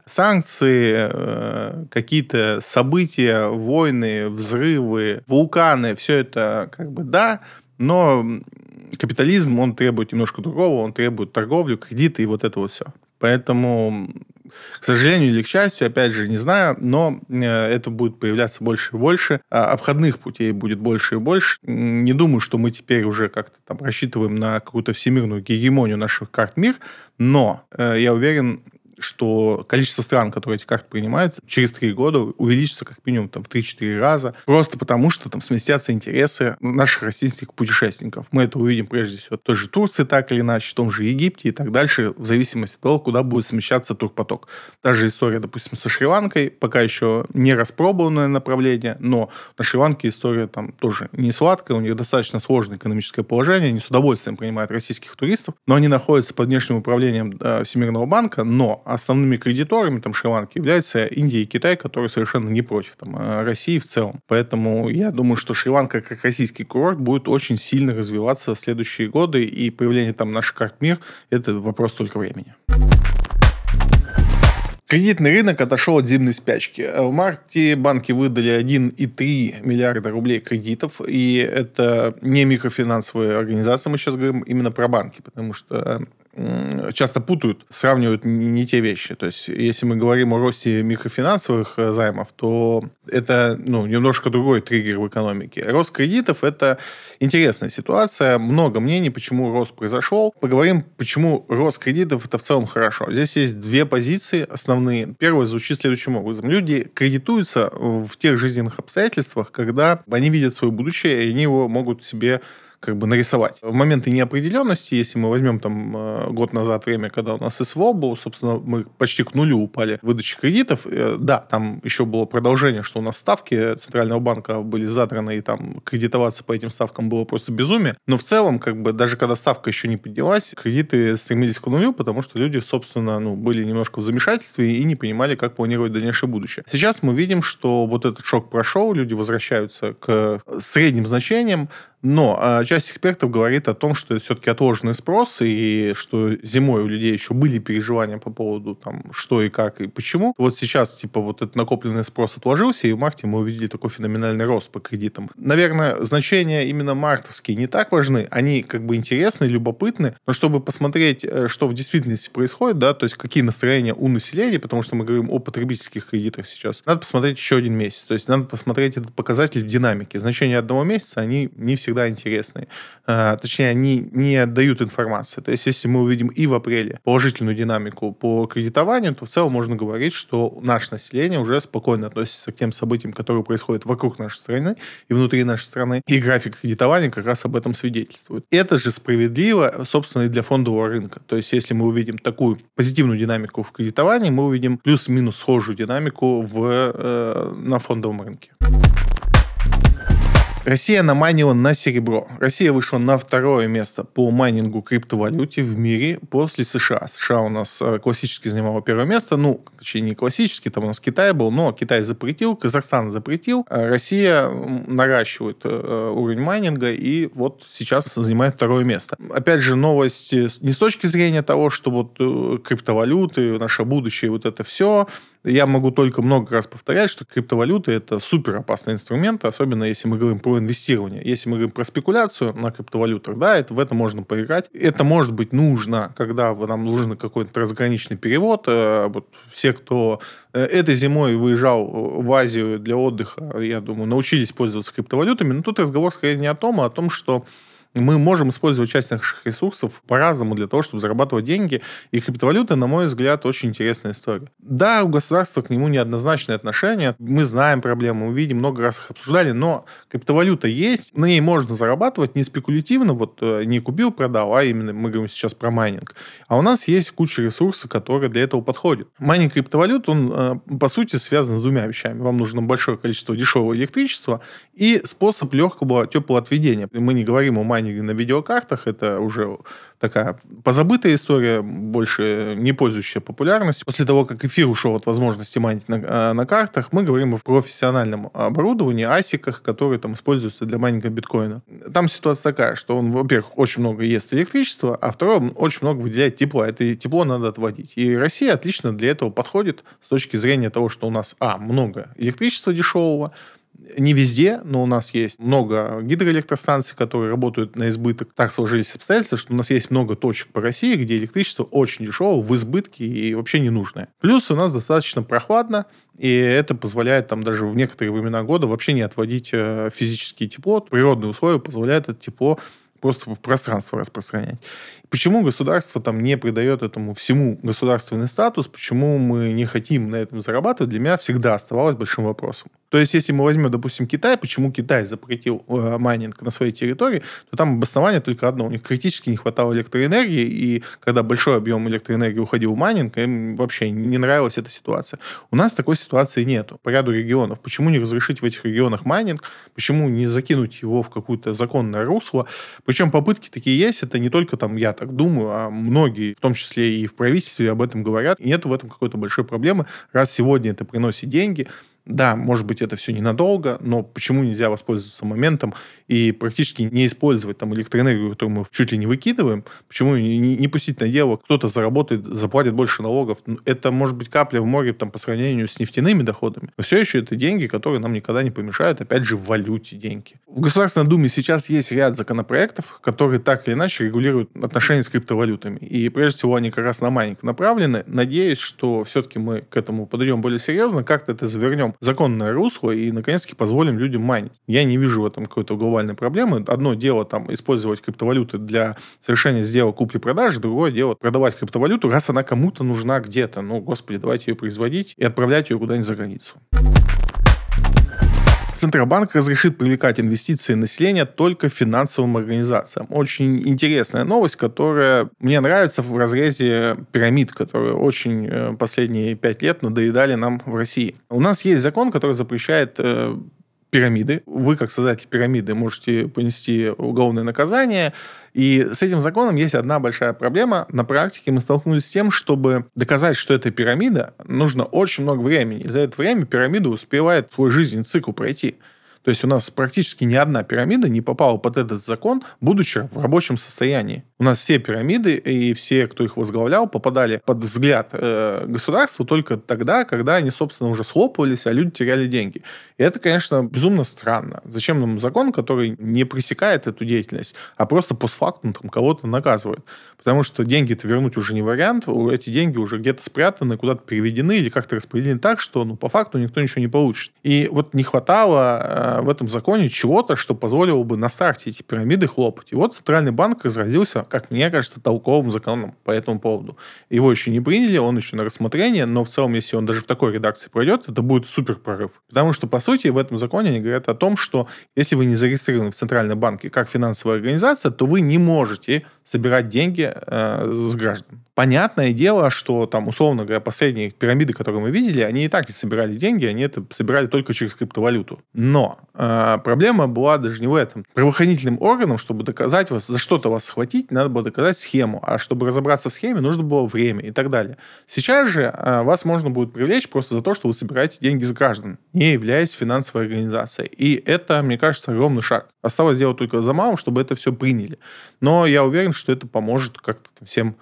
A: Санкции, какие-то события, войны, взрывы, вулканы, все это да, но капитализм, он требует немножко другого, он требует торговлю, кредиты и это все. Поэтому, к сожалению или к счастью, опять же, не знаю, но это будет появляться больше и больше. Обходных путей будет больше и больше. Не думаю, что мы теперь уже как-то рассчитываем на какую-то всемирную гегемонию наших карт МИР, но я уверен, что количество стран, которые эти карты принимают, через 3 года увеличится как минимум в 3-4 раза. Просто потому, что сместятся интересы наших российских путешественников. Мы это увидим прежде всего в той же Турции, так или иначе, в том же Египте и так дальше, в зависимости от того, куда будет смещаться турпоток. Та же история, допустим, со Шри-Ланкой, пока еще не распробованное направление, но на Шри-Ланке история тоже не сладкая, у них достаточно сложное экономическое положение, они с удовольствием принимают российских туристов, но они находятся под внешним управлением Всемирного банка, но основными кредиторами Шри-Ланки являются Индия и Китай, которые совершенно не против России в целом. Поэтому я думаю, что Шри-Ланка как российский курорт будет очень сильно развиваться в следующие годы, и появление наших карт МИР — это вопрос только времени. Кредитный рынок отошел от зимней спячки. В марте банки выдали 1,3 миллиарда рублей кредитов, и это не микрофинансовые организации, мы сейчас говорим именно про банки, потому что часто путают, сравнивают не те вещи. То есть, если мы говорим о росте микрофинансовых займов, то это немножко другой триггер в экономике. Рост кредитов – это интересная ситуация. Много мнений, почему рост произошел. Поговорим, почему рост кредитов – это в целом хорошо. Здесь есть две позиции основные. Первая звучит следующим образом. Люди кредитуются в тех жизненных обстоятельствах, когда они видят свое будущее, и они его могут себе нарисовать. В моменты неопределенности, если мы возьмем год назад время, когда у нас СВО был, собственно, мы почти к нулю упали в выдаче кредитов. Да, там еще было продолжение, что у нас ставки Центрального банка были задраны, и там кредитоваться по этим ставкам было просто безумие. Но в целом, даже когда ставка еще не поднялась, кредиты стремились к нулю, потому что люди, собственно, были немножко в замешательстве и не понимали, как планировать дальнейшее будущее. Сейчас мы видим, что вот этот шок прошел, люди возвращаются к средним значениям, но часть экспертов говорит о том, что это все-таки отложенный спрос, и что зимой у людей еще были переживания по поводу что и как и почему. Вот сейчас этот накопленный спрос отложился, и в марте мы увидели такой феноменальный рост по кредитам. Наверное, значения именно мартовские не так важны, они интересны, любопытны, но чтобы посмотреть, что в действительности происходит, да, то есть какие настроения у населения, потому что мы говорим о потребительских кредитах сейчас, надо посмотреть еще один месяц, то есть надо посмотреть этот показатель в динамике. Значения одного месяца, они не всегда интересные. Точнее, они не дают информации. То есть, если мы увидим и в апреле положительную динамику по кредитованию, то в целом можно говорить, что наше население уже спокойно относится к тем событиям, которые происходят вокруг нашей страны и внутри нашей страны. И график кредитования как раз об этом свидетельствует. Это же справедливо, собственно, и для фондового рынка. То есть, если мы увидим такую позитивную динамику в кредитовании, мы увидим плюс-минус схожую динамику на фондовом рынке. Россия намайнила на серебро. Россия вышла на второе место по майнингу криптовалюте в мире после США. США у нас классически занимала первое место. Точнее, не классически, там у нас Китай был, но Китай запретил, Казахстан запретил. Россия наращивает уровень майнинга и вот сейчас занимает второе место. Опять же, новость не с точки зрения того, что криптовалюты, наше будущее, вот это все. Я могу только много раз повторять, что криптовалюты – это супер опасный инструмент, особенно если мы говорим про инвестирование. Если мы говорим про спекуляцию на криптовалютах, да, в это можно поиграть. Это может быть нужно, когда нам нужен какой-то трансграничный перевод. Все, кто этой зимой выезжал в Азию для отдыха, я думаю, научились пользоваться криптовалютами. Но тут разговор скорее не о том, а о том, что мы можем использовать часть наших ресурсов по-разному для того, чтобы зарабатывать деньги. И криптовалюта, на мой взгляд, очень интересная история. Да, у государства к нему неоднозначное отношение. Мы знаем проблему, мы видим, много раз их обсуждали, но криптовалюта есть, на ней можно зарабатывать не спекулятивно, не купил, продал, а именно мы говорим сейчас про майнинг. А у нас есть куча ресурсов, которые для этого подходят. Майнинг криптовалют, он, по сути, связан с двумя вещами. Вам нужно большое количество дешевого электричества и способ легкого теплого отведения. Мы не говорим о майнинге на видеокартах, это уже такая позабытая история, больше не пользующая популярностью. После того, как эфир ушел от возможности майнить на картах, мы говорим о профессиональном оборудовании, асиках, которые используются для майнинга биткоина. Там ситуация такая, что он, во-первых, очень много ест электричества, а второе, он очень много выделяет тепла. Это тепло надо отводить. И Россия отлично для этого подходит с точки зрения того, что у нас, много электричества дешевого, не везде, но у нас есть много гидроэлектростанций, которые работают на избыток. Так сложились обстоятельства, что у нас есть много точек по России, где электричество очень дешево, в избытке и вообще не нужное. Плюс у нас достаточно прохладно, и это позволяет даже в некоторые времена года вообще не отводить физическое тепло. Природные условия позволяют это тепло просто в пространство распространять. Почему государство не придает этому всему государственный статус, почему мы не хотим на этом зарабатывать, для меня всегда оставалось большим вопросом. То есть, если мы возьмем, допустим, Китай, почему Китай запретил майнинг на своей территории, то там обоснование только одно. У них критически не хватало электроэнергии, и когда большой объем электроэнергии уходил в майнинг, им вообще не нравилась эта ситуация. У нас такой ситуации нету по ряду регионов. Почему не разрешить в этих регионах майнинг? Почему не закинуть его в какое-то законное русло? Причем попытки такие есть, это не только я так думаю, а многие, в том числе и в правительстве, об этом говорят. И нет в этом какой-то большой проблемы. Раз сегодня это приносит деньги, Да, может быть, это все ненадолго, но почему нельзя воспользоваться моментом и практически не использовать там электроэнергию, которую мы чуть ли не выкидываем? Почему не пустить на дело? Кто-то заработает, заплатит больше налогов. Это может быть капля в море там, по сравнению с нефтяными доходами. Но все еще это деньги, которые нам никогда не помешают. Опять же, в валюте деньги. В Государственной Думе сейчас есть ряд законопроектов, которые так или иначе регулируют отношения с криптовалютами. И прежде всего они как раз на майнинг направлены. Надеюсь, что все-таки мы к этому подойдем более серьезно, как-то это завернем в законное русло и, наконец-таки, позволим людям майнить. Я не вижу в этом какой-то глобальной проблемы. Одно дело там использовать криптовалюты для совершения сделок купли-продажи, другое дело продавать криптовалюту, раз она кому-то нужна где-то. Ну, господи, давайте ее производить и отправлять ее куда-нибудь за границу. Центробанк разрешит привлекать инвестиции населения только финансовым организациям. Очень интересная новость, которая мне нравится в разрезе пирамид, которые очень последние 5 лет надоедали нам в России. У нас есть закон, который запрещает пирамиды. Вы, как создатель пирамиды, можете понести уголовное наказание. И с этим законом есть одна большая проблема. На практике мы столкнулись с тем, чтобы доказать, что это пирамида, нужно очень много времени. И за это время пирамида успевает свой жизненный цикл пройти. То есть у нас практически ни одна пирамида не попала под этот закон, будучи в рабочем состоянии. У нас все пирамиды и все, кто их возглавлял, попадали под взгляд государства только тогда, когда они, собственно, уже схлопывались, а люди теряли деньги. И это, конечно, безумно странно. Зачем нам закон, который не пресекает эту деятельность, а просто постфактум там кого-то наказывает? Потому что деньги-то вернуть уже не вариант, эти деньги уже где-то спрятаны, куда-то переведены или как-то распределены так, что по факту никто ничего не получит. И вот не хватало в этом законе чего-то, что позволило бы на старте эти пирамиды хлопать. И вот Центральный банк разразился, как мне кажется, толковым законом по этому поводу. Его еще не приняли, он еще на рассмотрение, но в целом, если он даже в такой редакции пройдет, это будет супер прорыв. Потому что, по сути, в этом законе они говорят о том, что если вы не зарегистрированы в Центральном банке как финансовая организация, то вы не можете собирать деньги с граждан. Понятное дело, что там, условно говоря, последние пирамиды, которые мы видели, они и так не собирали деньги, они это собирали только через криптовалюту. Но проблема была даже не в этом. Правоохранительным органам, чтобы доказать вас, за что-то вас схватить, надо было доказать схему. А чтобы разобраться в схеме, нужно было время и так далее. Сейчас же вас можно будет привлечь просто за то, что вы собираете деньги с граждан, не являясь финансовой организацией. И это, мне кажется, огромный шаг. Осталось сделать только за малым, чтобы это все приняли. Но я уверен, что это поможет как-то всем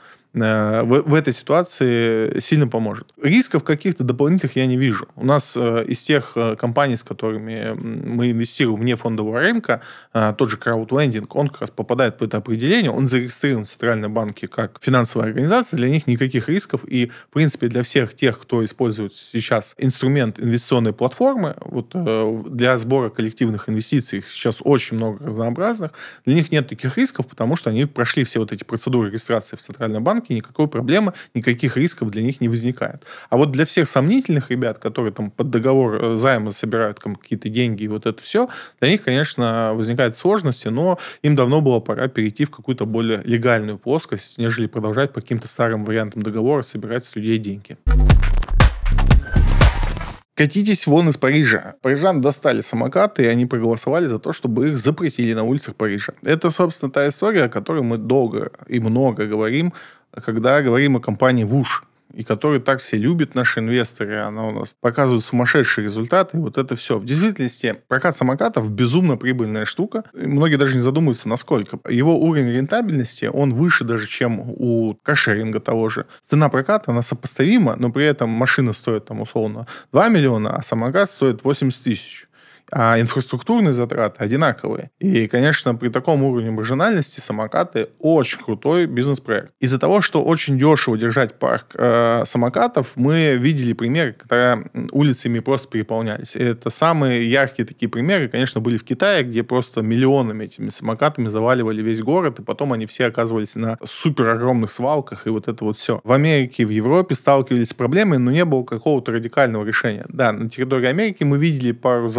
A: в этой ситуации сильно поможет. Рисков каких-то дополнительных я не вижу. У нас из тех компаний, с которыми мы инвестируем вне фондового рынка, тот же краудлендинг, он как раз попадает под это определение, он зарегистрирован в Центральном банке как финансовая организация, для них никаких рисков, и, в принципе, для всех тех, кто использует сейчас инструмент инвестиционной платформы, вот для сбора коллективных инвестиций сейчас очень много разнообразных, для них нет таких рисков, потому что они прошли все вот эти процедуры регистрации в Центральном банке, никакой проблемы, никаких рисков для них не возникает. А вот для всех сомнительных ребят, которые там под договор займа собирают какие-то деньги и вот это все, для них, конечно, возникают сложности, но им давно было пора перейти в какую-то более легальную плоскость, нежели продолжать по каким-то старым вариантам договора собирать с людей деньги. Катитесь вон из Парижа. Парижан достали самокаты, и они проголосовали за то, чтобы их запретили на улицах Парижа. Это, собственно, та история, о которой мы долго и много говорим, когда говорим о компании Whoosh, и которую так все любят наши инвесторы. Она у нас показывает сумасшедшие результаты, и вот это все. В действительности, прокат самокатов безумно прибыльная штука. И многие даже не задумываются, насколько. Его уровень рентабельности, он выше даже, чем у каршеринга того же. Цена проката, она сопоставима, но при этом машина стоит, там, условно, 2 миллиона, а самокат стоит 80 тысяч. А инфраструктурные затраты одинаковые. И, конечно, при таком уровне маржинальности самокаты очень крутой бизнес-проект. Из-за того, что очень дешево держать парк самокатов, мы видели примеры, когда улицами просто переполнялись. И это самые яркие такие примеры, конечно, были в Китае, где просто миллионами этими самокатами заваливали весь город, и потом они все оказывались на супер огромных свалках, и вот это вот все. В Америке, в Европе сталкивались с проблемой, но не было какого-то радикального решения. Да, на территории Америки мы видели пару запретов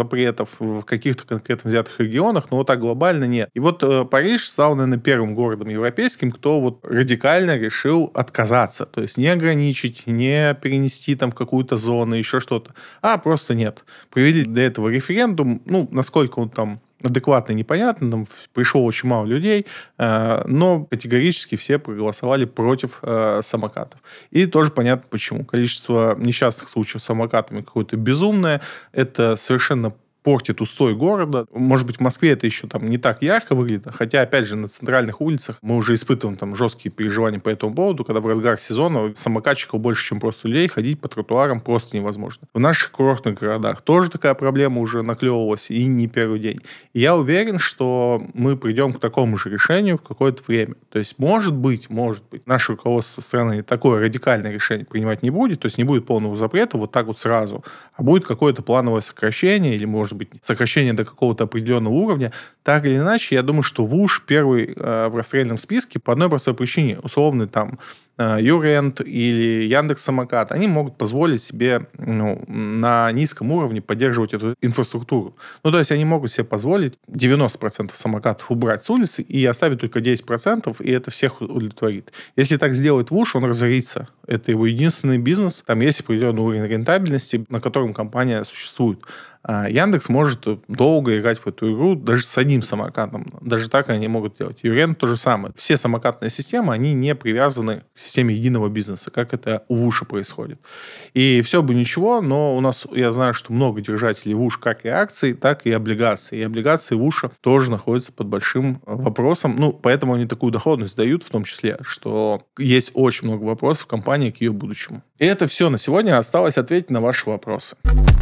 A: самокатов в каких-то конкретно взятых регионах, но вот так глобально нет. И вот Париж стал, наверное, первым городом европейским, кто вот радикально решил отказаться. То есть не ограничить, не перенести там какую-то зону, еще что-то. А просто нет. Провели для этого референдум. Ну, насколько он там адекватно, непонятно. Там пришло очень мало людей, но категорически все проголосовали против самокатов. И тоже понятно почему. Количество несчастных случаев с самокатами какое-то безумное. Это совершенно портит устой города. Может быть, в Москве это еще там не так ярко выглядит, хотя, опять же, на центральных улицах мы уже испытываем там жесткие переживания по этому поводу, когда в разгар сезона самокатчиков больше, чем просто людей, ходить по тротуарам просто невозможно. В наших курортных городах тоже такая проблема уже наклевывалась, и не первый день. И я уверен, что мы придем к такому же решению в какое-то время. То есть, может быть, наше руководство страны такое радикальное решение принимать не будет, то есть не будет полного запрета вот так вот сразу, а будет какое-то плановое сокращение или, может быть, сокращение до какого-то определенного уровня. Так или иначе, я думаю, что ВУШ первый в расстрельном списке по одной простой причине. Условный там Юрент или Яндекс.Самокат, они могут позволить себе на низком уровне поддерживать эту инфраструктуру. Ну, то есть они могут себе позволить 90% самокатов убрать с улицы и оставить только 10%, и это всех удовлетворит. Если так сделает ВУШ, он разорится. Это его единственный бизнес. Там есть определенный уровень рентабельности, на котором компания существует. А Яндекс может долго играть в эту игру даже с одним самокатом. Даже так они могут делать. Юрент то же самое. Все самокатные системы, они не привязаны к системе единого бизнеса, как это у ВУШа происходит. И все бы ничего, но у нас, я знаю, что много держателей ВУШ как и акций, так и облигаций. И облигации ВУШа тоже находятся под большим вопросом. Ну, поэтому они такую доходность дают, в том числе, что есть очень много вопросов в компании к ее будущему. И это все на сегодня. Осталось ответить на ваши вопросы.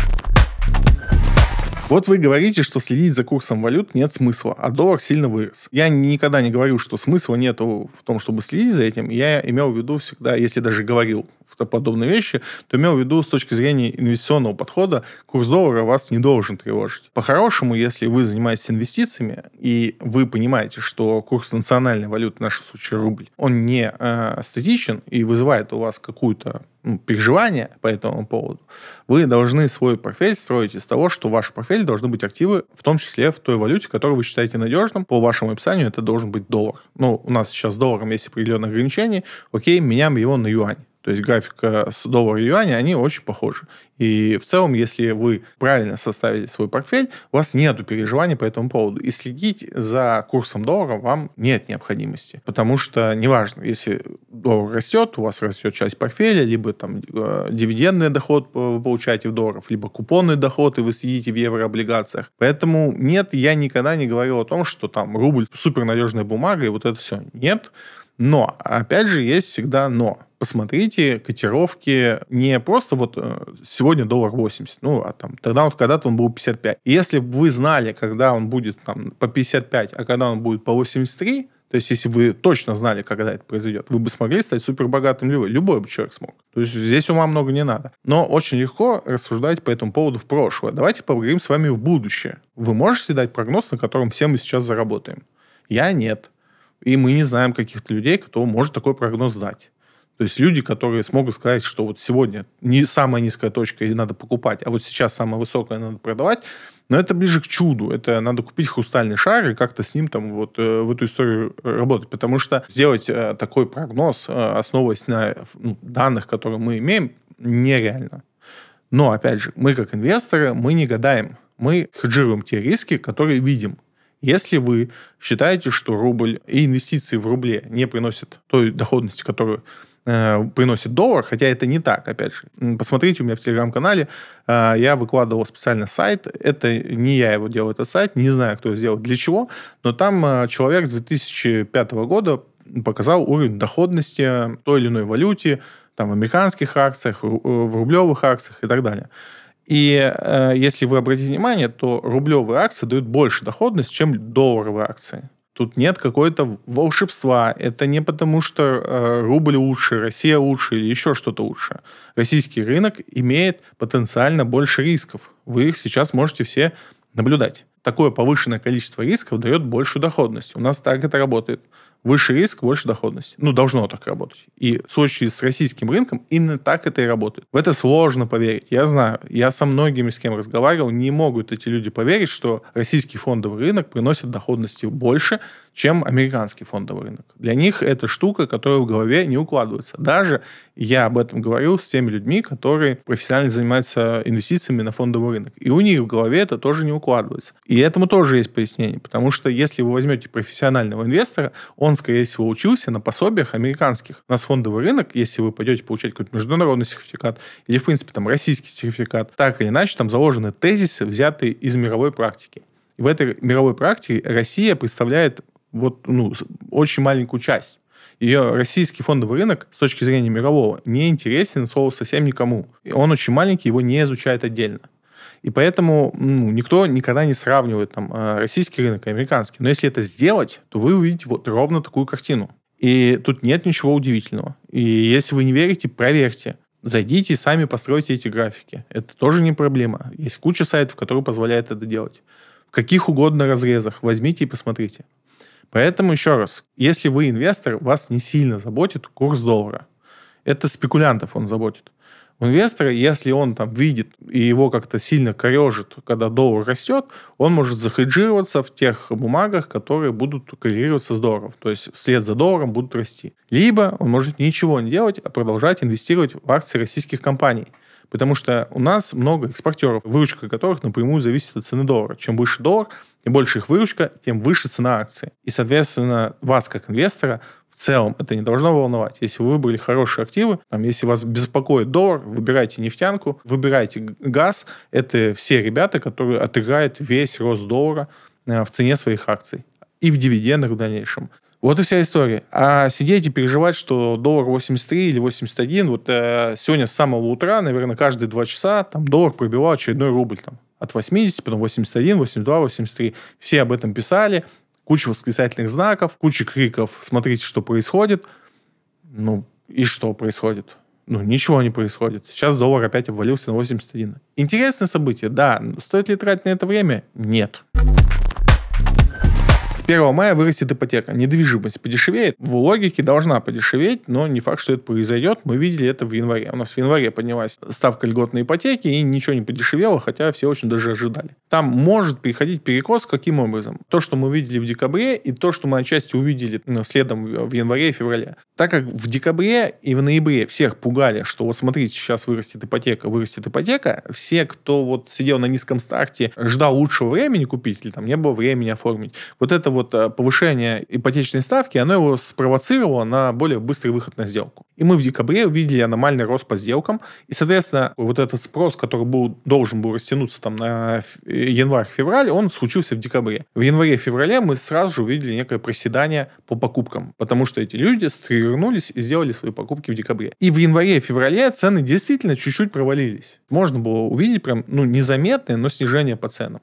A: Вот вы говорите, что следить за курсом валют нет смысла, а доллар сильно вырос. Я никогда не говорю, что смысла нету в том, чтобы следить за этим. Я имел в виду всегда, если даже говорил подобные вещи, то имел в виду с точки зрения инвестиционного подхода, курс доллара вас не должен тревожить. По-хорошему, если вы занимаетесь инвестициями, и вы понимаете, что курс национальной валюты, в нашем случае рубль, он не статичен и вызывает у вас какую-то переживания по этому поводу, вы должны свой портфель строить из того, что в ваш портфель должны быть активы, в том числе в той валюте, которую вы считаете надежным. По вашему описанию это должен быть доллар. Ну, у нас сейчас с долларом есть определенные ограничения. Окей, меняем его на юань. То есть графика с доллара и юаня, они очень похожи. И в целом, если вы правильно составили свой портфель, у вас нет переживаний по этому поводу. И следить за курсом доллара вам нет необходимости. Потому что неважно, если доллар растет, у вас растет часть портфеля, либо там дивидендный доход вы получаете в долларах, либо купонный доход, и вы сидите в еврооблигациях. Поэтому нет, я никогда не говорил о том, что там рубль супернадежная бумага, и вот это все. Нет. Но, опять же, есть всегда но. Посмотрите котировки не просто вот сегодня доллар 80, а там тогда вот когда-то он был 55. И если бы вы знали, когда он будет там по 55, а когда он будет по 83, то есть если вы точно знали, когда это произойдет, вы бы смогли стать супербогатым любой бы человек смог. То есть здесь ума много не надо. Но очень легко рассуждать по этому поводу в прошлое. Давайте поговорим с вами в будущее. Вы можете дать прогноз, на котором все мы сейчас заработаем? Я нет. И мы не знаем каких-то людей, кто может такой прогноз дать. То есть люди, которые смогут сказать, что вот сегодня не самая низкая точка и надо покупать, а вот сейчас самая высокая надо продавать, но это ближе к чуду. Это надо купить хрустальный шар и как-то с ним там вот в эту историю работать. Потому что сделать такой прогноз, основываясь на данных, которые мы имеем, нереально. Но, опять же, мы как инвесторы, мы не гадаем. Мы хеджируем те риски, которые видим. Если вы считаете, что рубль и инвестиции в рубле не приносят той доходности, которую приносит доллар, хотя это не так, опять же. Посмотрите у меня в Телеграм-канале, я выкладывал специально сайт, это не я его делал, это сайт, не знаю, кто сделал, для чего, но там человек с 2005 года показал уровень доходности той или иной валюте, там в американских акциях, в рублевых акциях и так далее. И если вы обратите внимание, то рублевые акции дают больше доходность, чем долларовые акции. Тут нет какого-то волшебства. Это не потому, что рубль лучше, Россия лучше или еще что-то лучше. Российский рынок имеет потенциально больше рисков. Вы их сейчас можете все наблюдать. Такое повышенное количество рисков дает большую доходность. У нас так это работает. Выше риск, больше доходность. Должно так работать. И в случае с российским рынком именно так это и работает. В это сложно поверить. Я знаю. Я со многими, с кем разговаривал, не могут эти люди поверить, что российский фондовый рынок приносит доходности больше, чем американский фондовый рынок. Для них это штука, которая в голове не укладывается. Даже я об этом говорил с теми людьми, которые профессионально занимаются инвестициями на фондовый рынок. И у них в голове это тоже не укладывается. И этому тоже есть пояснение. Потому что если вы возьмете профессионального инвестора, он, скорее всего, учился на пособиях американских. У нас фондовый рынок, если вы пойдете получать какой-то международный сертификат или, в принципе, там российский сертификат, так или иначе, там заложены тезисы, взятые из мировой практики. И в этой мировой практике Россия представляет очень маленькую часть. Ее российский фондовый рынок с точки зрения мирового не интересен слово совсем никому. И он очень маленький, его не изучают отдельно. И поэтому никто никогда не сравнивает российский рынок и американский. Но если это сделать, то вы увидите вот ровно такую картину. И тут нет ничего удивительного. И если вы не верите, проверьте. Зайдите и сами постройте эти графики. Это тоже не проблема. Есть куча сайтов, которые позволяют это делать. В каких угодно разрезах. Возьмите и посмотрите. Поэтому еще раз, если вы инвестор, вас не сильно заботит курс доллара. Это спекулянтов он заботит. У инвестора, если он видит и его как-то сильно корежит, когда доллар растет, он может захеджироваться в тех бумагах, которые будут коррелироваться с долларом. То есть вслед за долларом будут расти. Либо он может ничего не делать, а продолжать инвестировать в акции российских компаний. Потому что у нас много экспортеров, выручка которых напрямую зависит от цены доллара. Чем выше доллар, тем больше их выручка, тем выше цена акции. И, соответственно, вас, как инвестора, в целом это не должно волновать. Если вы выбрали хорошие активы, если вас беспокоит доллар, выбирайте нефтянку, выбирайте газ. Это все ребята, которые отыграют весь рост доллара в цене своих акций. И в дивидендах в дальнейшем. Вот и вся история. А сидеть и переживать, что доллар 83 или 81, сегодня с самого утра, наверное, каждые 2 часа доллар пробивал очередной рубль. От 80, потом 81, 82, 83. Все об этом писали. Куча восклицательных знаков, куча криков. Смотрите, что происходит. И что происходит? Ничего не происходит. Сейчас доллар опять обвалился на 81. Интересное событие, да. Стоит ли тратить на это время? Нет. С 1 мая вырастет ипотека. Недвижимость подешевеет. В логике должна подешеветь, но не факт, что это произойдет. Мы видели это в январе. У нас в январе поднялась ставка льготной ипотеки, и ничего не подешевело, хотя все очень даже ожидали. Там может приходить перекос. Каким образом? То, что мы видели в декабре, и то, что мы отчасти увидели следом в январе и феврале. Так как в декабре и в ноябре всех пугали, что смотрите, сейчас вырастет ипотека, все, кто сидел на низком старте, ждал лучшего времени купить, или не было времени оформить, это повышение ипотечной ставки, оно его спровоцировало на более быстрый выход на сделку. И мы в декабре увидели аномальный рост по сделкам. И, соответственно, этот спрос, который должен был растянуться на январь-февраль, он случился в декабре. В январе-феврале мы сразу же увидели некое проседание по покупкам, потому что эти люди стригернулись и сделали свои покупки в декабре. И в январе-феврале цены действительно чуть-чуть провалились. Можно было увидеть прям незаметное, но снижение по ценам.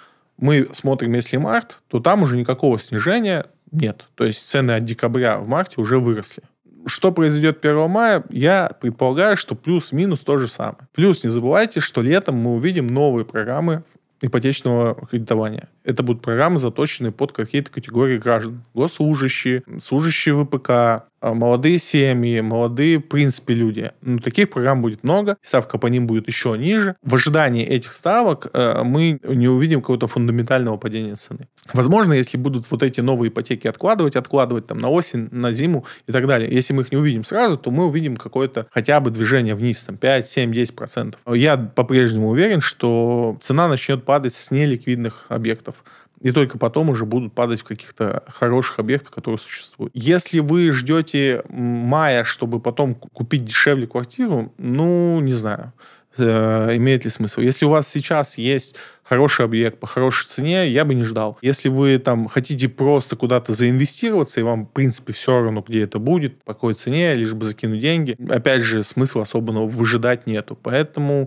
A: Мы смотрим, если март, то там уже никакого снижения нет. То есть цены от декабря в марте уже выросли. Что произойдет 1 мая, я предполагаю, что плюс-минус то же самое. Плюс не забывайте, что летом мы увидим новые программы ипотечного кредитования. Это будут программы, заточенные под какие-то категории граждан. Госслужащие, служащие ВПК, молодые семьи, молодые, в принципе, люди. Таких программ будет много, ставка по ним будет еще ниже. В ожидании этих ставок мы не увидим какого-то фундаментального падения цены. Возможно, если будут эти новые ипотеки откладывать на осень, на зиму и так далее. Если мы их не увидим сразу, то мы увидим какое-то хотя бы движение вниз, 5, 7, 10%. Я по-прежнему уверен, что цена начнет падать с неликвидных объектов. И только потом уже будут падать в каких-то хороших объектах, которые существуют. Если вы ждете мая, чтобы потом купить дешевле квартиру, не знаю, имеет ли смысл. Если у вас сейчас есть хороший объект по хорошей цене, я бы не ждал. Если вы хотите просто куда-то заинвестироваться, и вам, в принципе, все равно, где это будет, по какой цене, лишь бы закинуть деньги, опять же, смысла особенного выжидать нету. Поэтому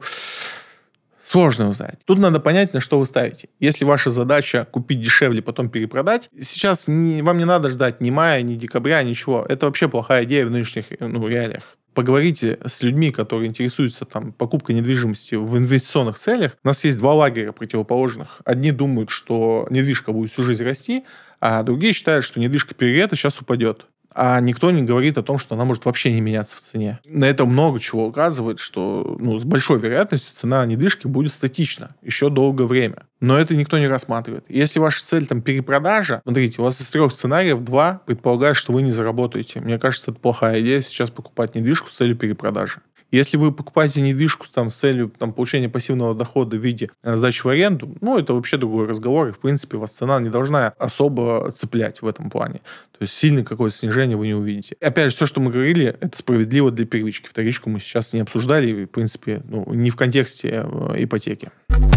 A: сложно узнать. Тут надо понять, на что вы ставите. Если ваша задача купить дешевле, потом перепродать, сейчас вам не надо ждать ни мая, ни декабря, ничего. Это вообще плохая идея в нынешних реалиях. Поговорите с людьми, которые интересуются там покупкой недвижимости в инвестиционных целях. У нас есть два лагеря противоположных. Одни думают, что недвижка будет всю жизнь расти, а другие считают, что недвижка перегрета, сейчас упадет. А никто не говорит о том, что она может вообще не меняться в цене. На это много чего указывает, что с большой вероятностью цена недвижки будет статична еще долгое время. Но это никто не рассматривает. Если ваша цель там перепродажа, смотрите, у вас из 3 сценариев 2 предполагает, что вы не заработаете. Мне кажется, это плохая идея сейчас покупать недвижку с целью перепродажи. Если вы покупаете недвижку там, с целью получения пассивного дохода в виде сдачи в аренду, это вообще другой разговор. И, в принципе, вас цена не должна особо цеплять в этом плане. То есть сильное какое-то снижение вы не увидите. И опять же, все, что мы говорили, это справедливо для первички. Вторичку мы сейчас не обсуждали, и, в принципе, не в контексте ипотеки.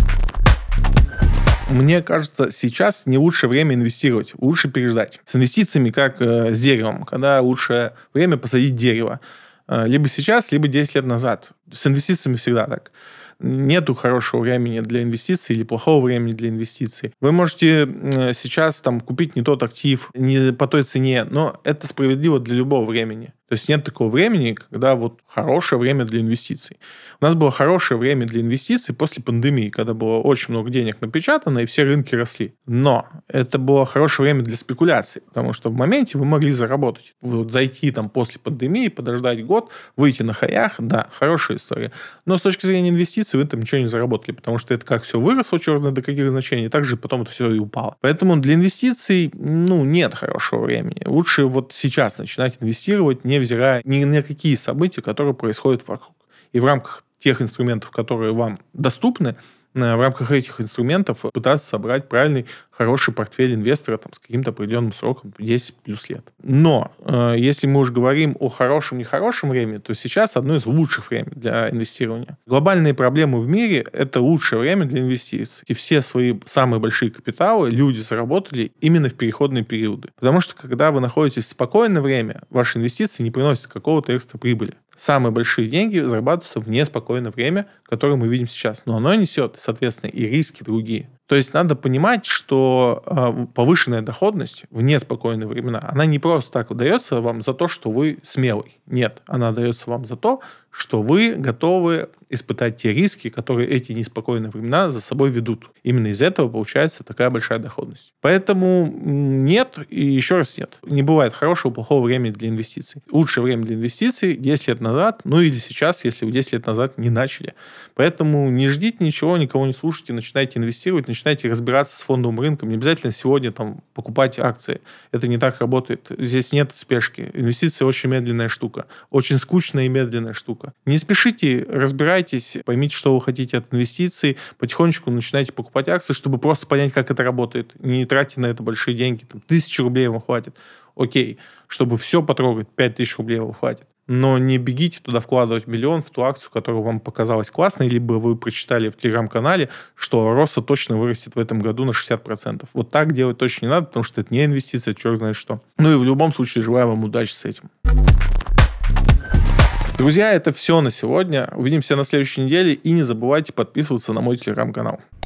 A: Мне кажется, сейчас не лучшее время инвестировать. Лучше переждать. С инвестициями, как с деревом, когда лучшее время посадить дерево. Либо сейчас, либо 10 лет назад. С инвестициями всегда так. Нету хорошего времени для инвестиций или плохого времени для инвестиций. Вы можете сейчас купить не тот актив, не по той цене, но это справедливо для любого времени. То есть нет такого времени, когда хорошее время для инвестиций. У нас было хорошее время для инвестиций после пандемии, когда было очень много денег напечатано, и все рынки росли. Но это было хорошее время для спекуляций, потому что в моменте вы могли заработать. Зайти после пандемии, подождать год, выйти на хаях, да, хорошая история. Но с точки зрения инвестиций вы там ничего не заработали, потому что это как все выросло черно до каких значений, так же потом это все и упало. Поэтому для инвестиций, нет хорошего времени. Лучше сейчас начинать инвестировать, невзирая ни на какие события, которые происходят вокруг. И в рамках тех инструментов, которые вам доступны, в рамках этих инструментов пытаться собрать правильный, хороший портфель инвестора с каким-то определенным сроком, 10 плюс лет. Но если мы уже говорим о хорошем, нехорошем времени, то сейчас одно из лучших времен для инвестирования. Глобальные проблемы в мире – это лучшее время для инвестиций. И все свои самые большие капиталы люди заработали именно в переходные периоды. Потому что, когда вы находитесь в спокойное время, ваши инвестиции не приносят какого-то экстра прибыли. Самые большие деньги зарабатываются в неспокойное время, которое мы видим сейчас. Но оно несет, соответственно, и риски другие. То есть надо понимать, что повышенная доходность в неспокойные времена, она не просто так дается вам за то, что вы смелый. Нет, она дается вам за то, что вы готовы испытать те риски, которые эти неспокойные времена за собой ведут. Именно из этого получается такая большая доходность. Поэтому нет и еще раз нет. Не бывает хорошего, плохого времени для инвестиций. Лучшее время для инвестиций 10 лет назад, или сейчас, если вы 10 лет назад не начали. Поэтому не ждите ничего, никого не слушайте, начинайте инвестировать, начинайте разбираться с фондовым рынком. Не обязательно сегодня покупать акции. Это не так работает. Здесь нет спешки. Инвестиции очень медленная штука. Очень скучная и медленная штука. Не спешите, разбирайтесь, поймите, что вы хотите от инвестиций, потихонечку начинайте покупать акции, чтобы просто понять, как это работает. Не тратьте на это большие деньги. 1000 рублей вам хватит. Окей. Чтобы все потрогать, 5000 рублей вам хватит. Но не бегите туда вкладывать миллион в ту акцию, которая вам показалась классной, либо вы прочитали в телеграм-канале, что Росса точно вырастет в этом году на 60%. Вот так делать точно не надо, потому что это не инвестиция, черт знает что. И в любом случае желаю вам удачи с этим. Друзья, это все на сегодня. Увидимся на следующей неделе. И не забывайте подписываться на мой телеграм-канал.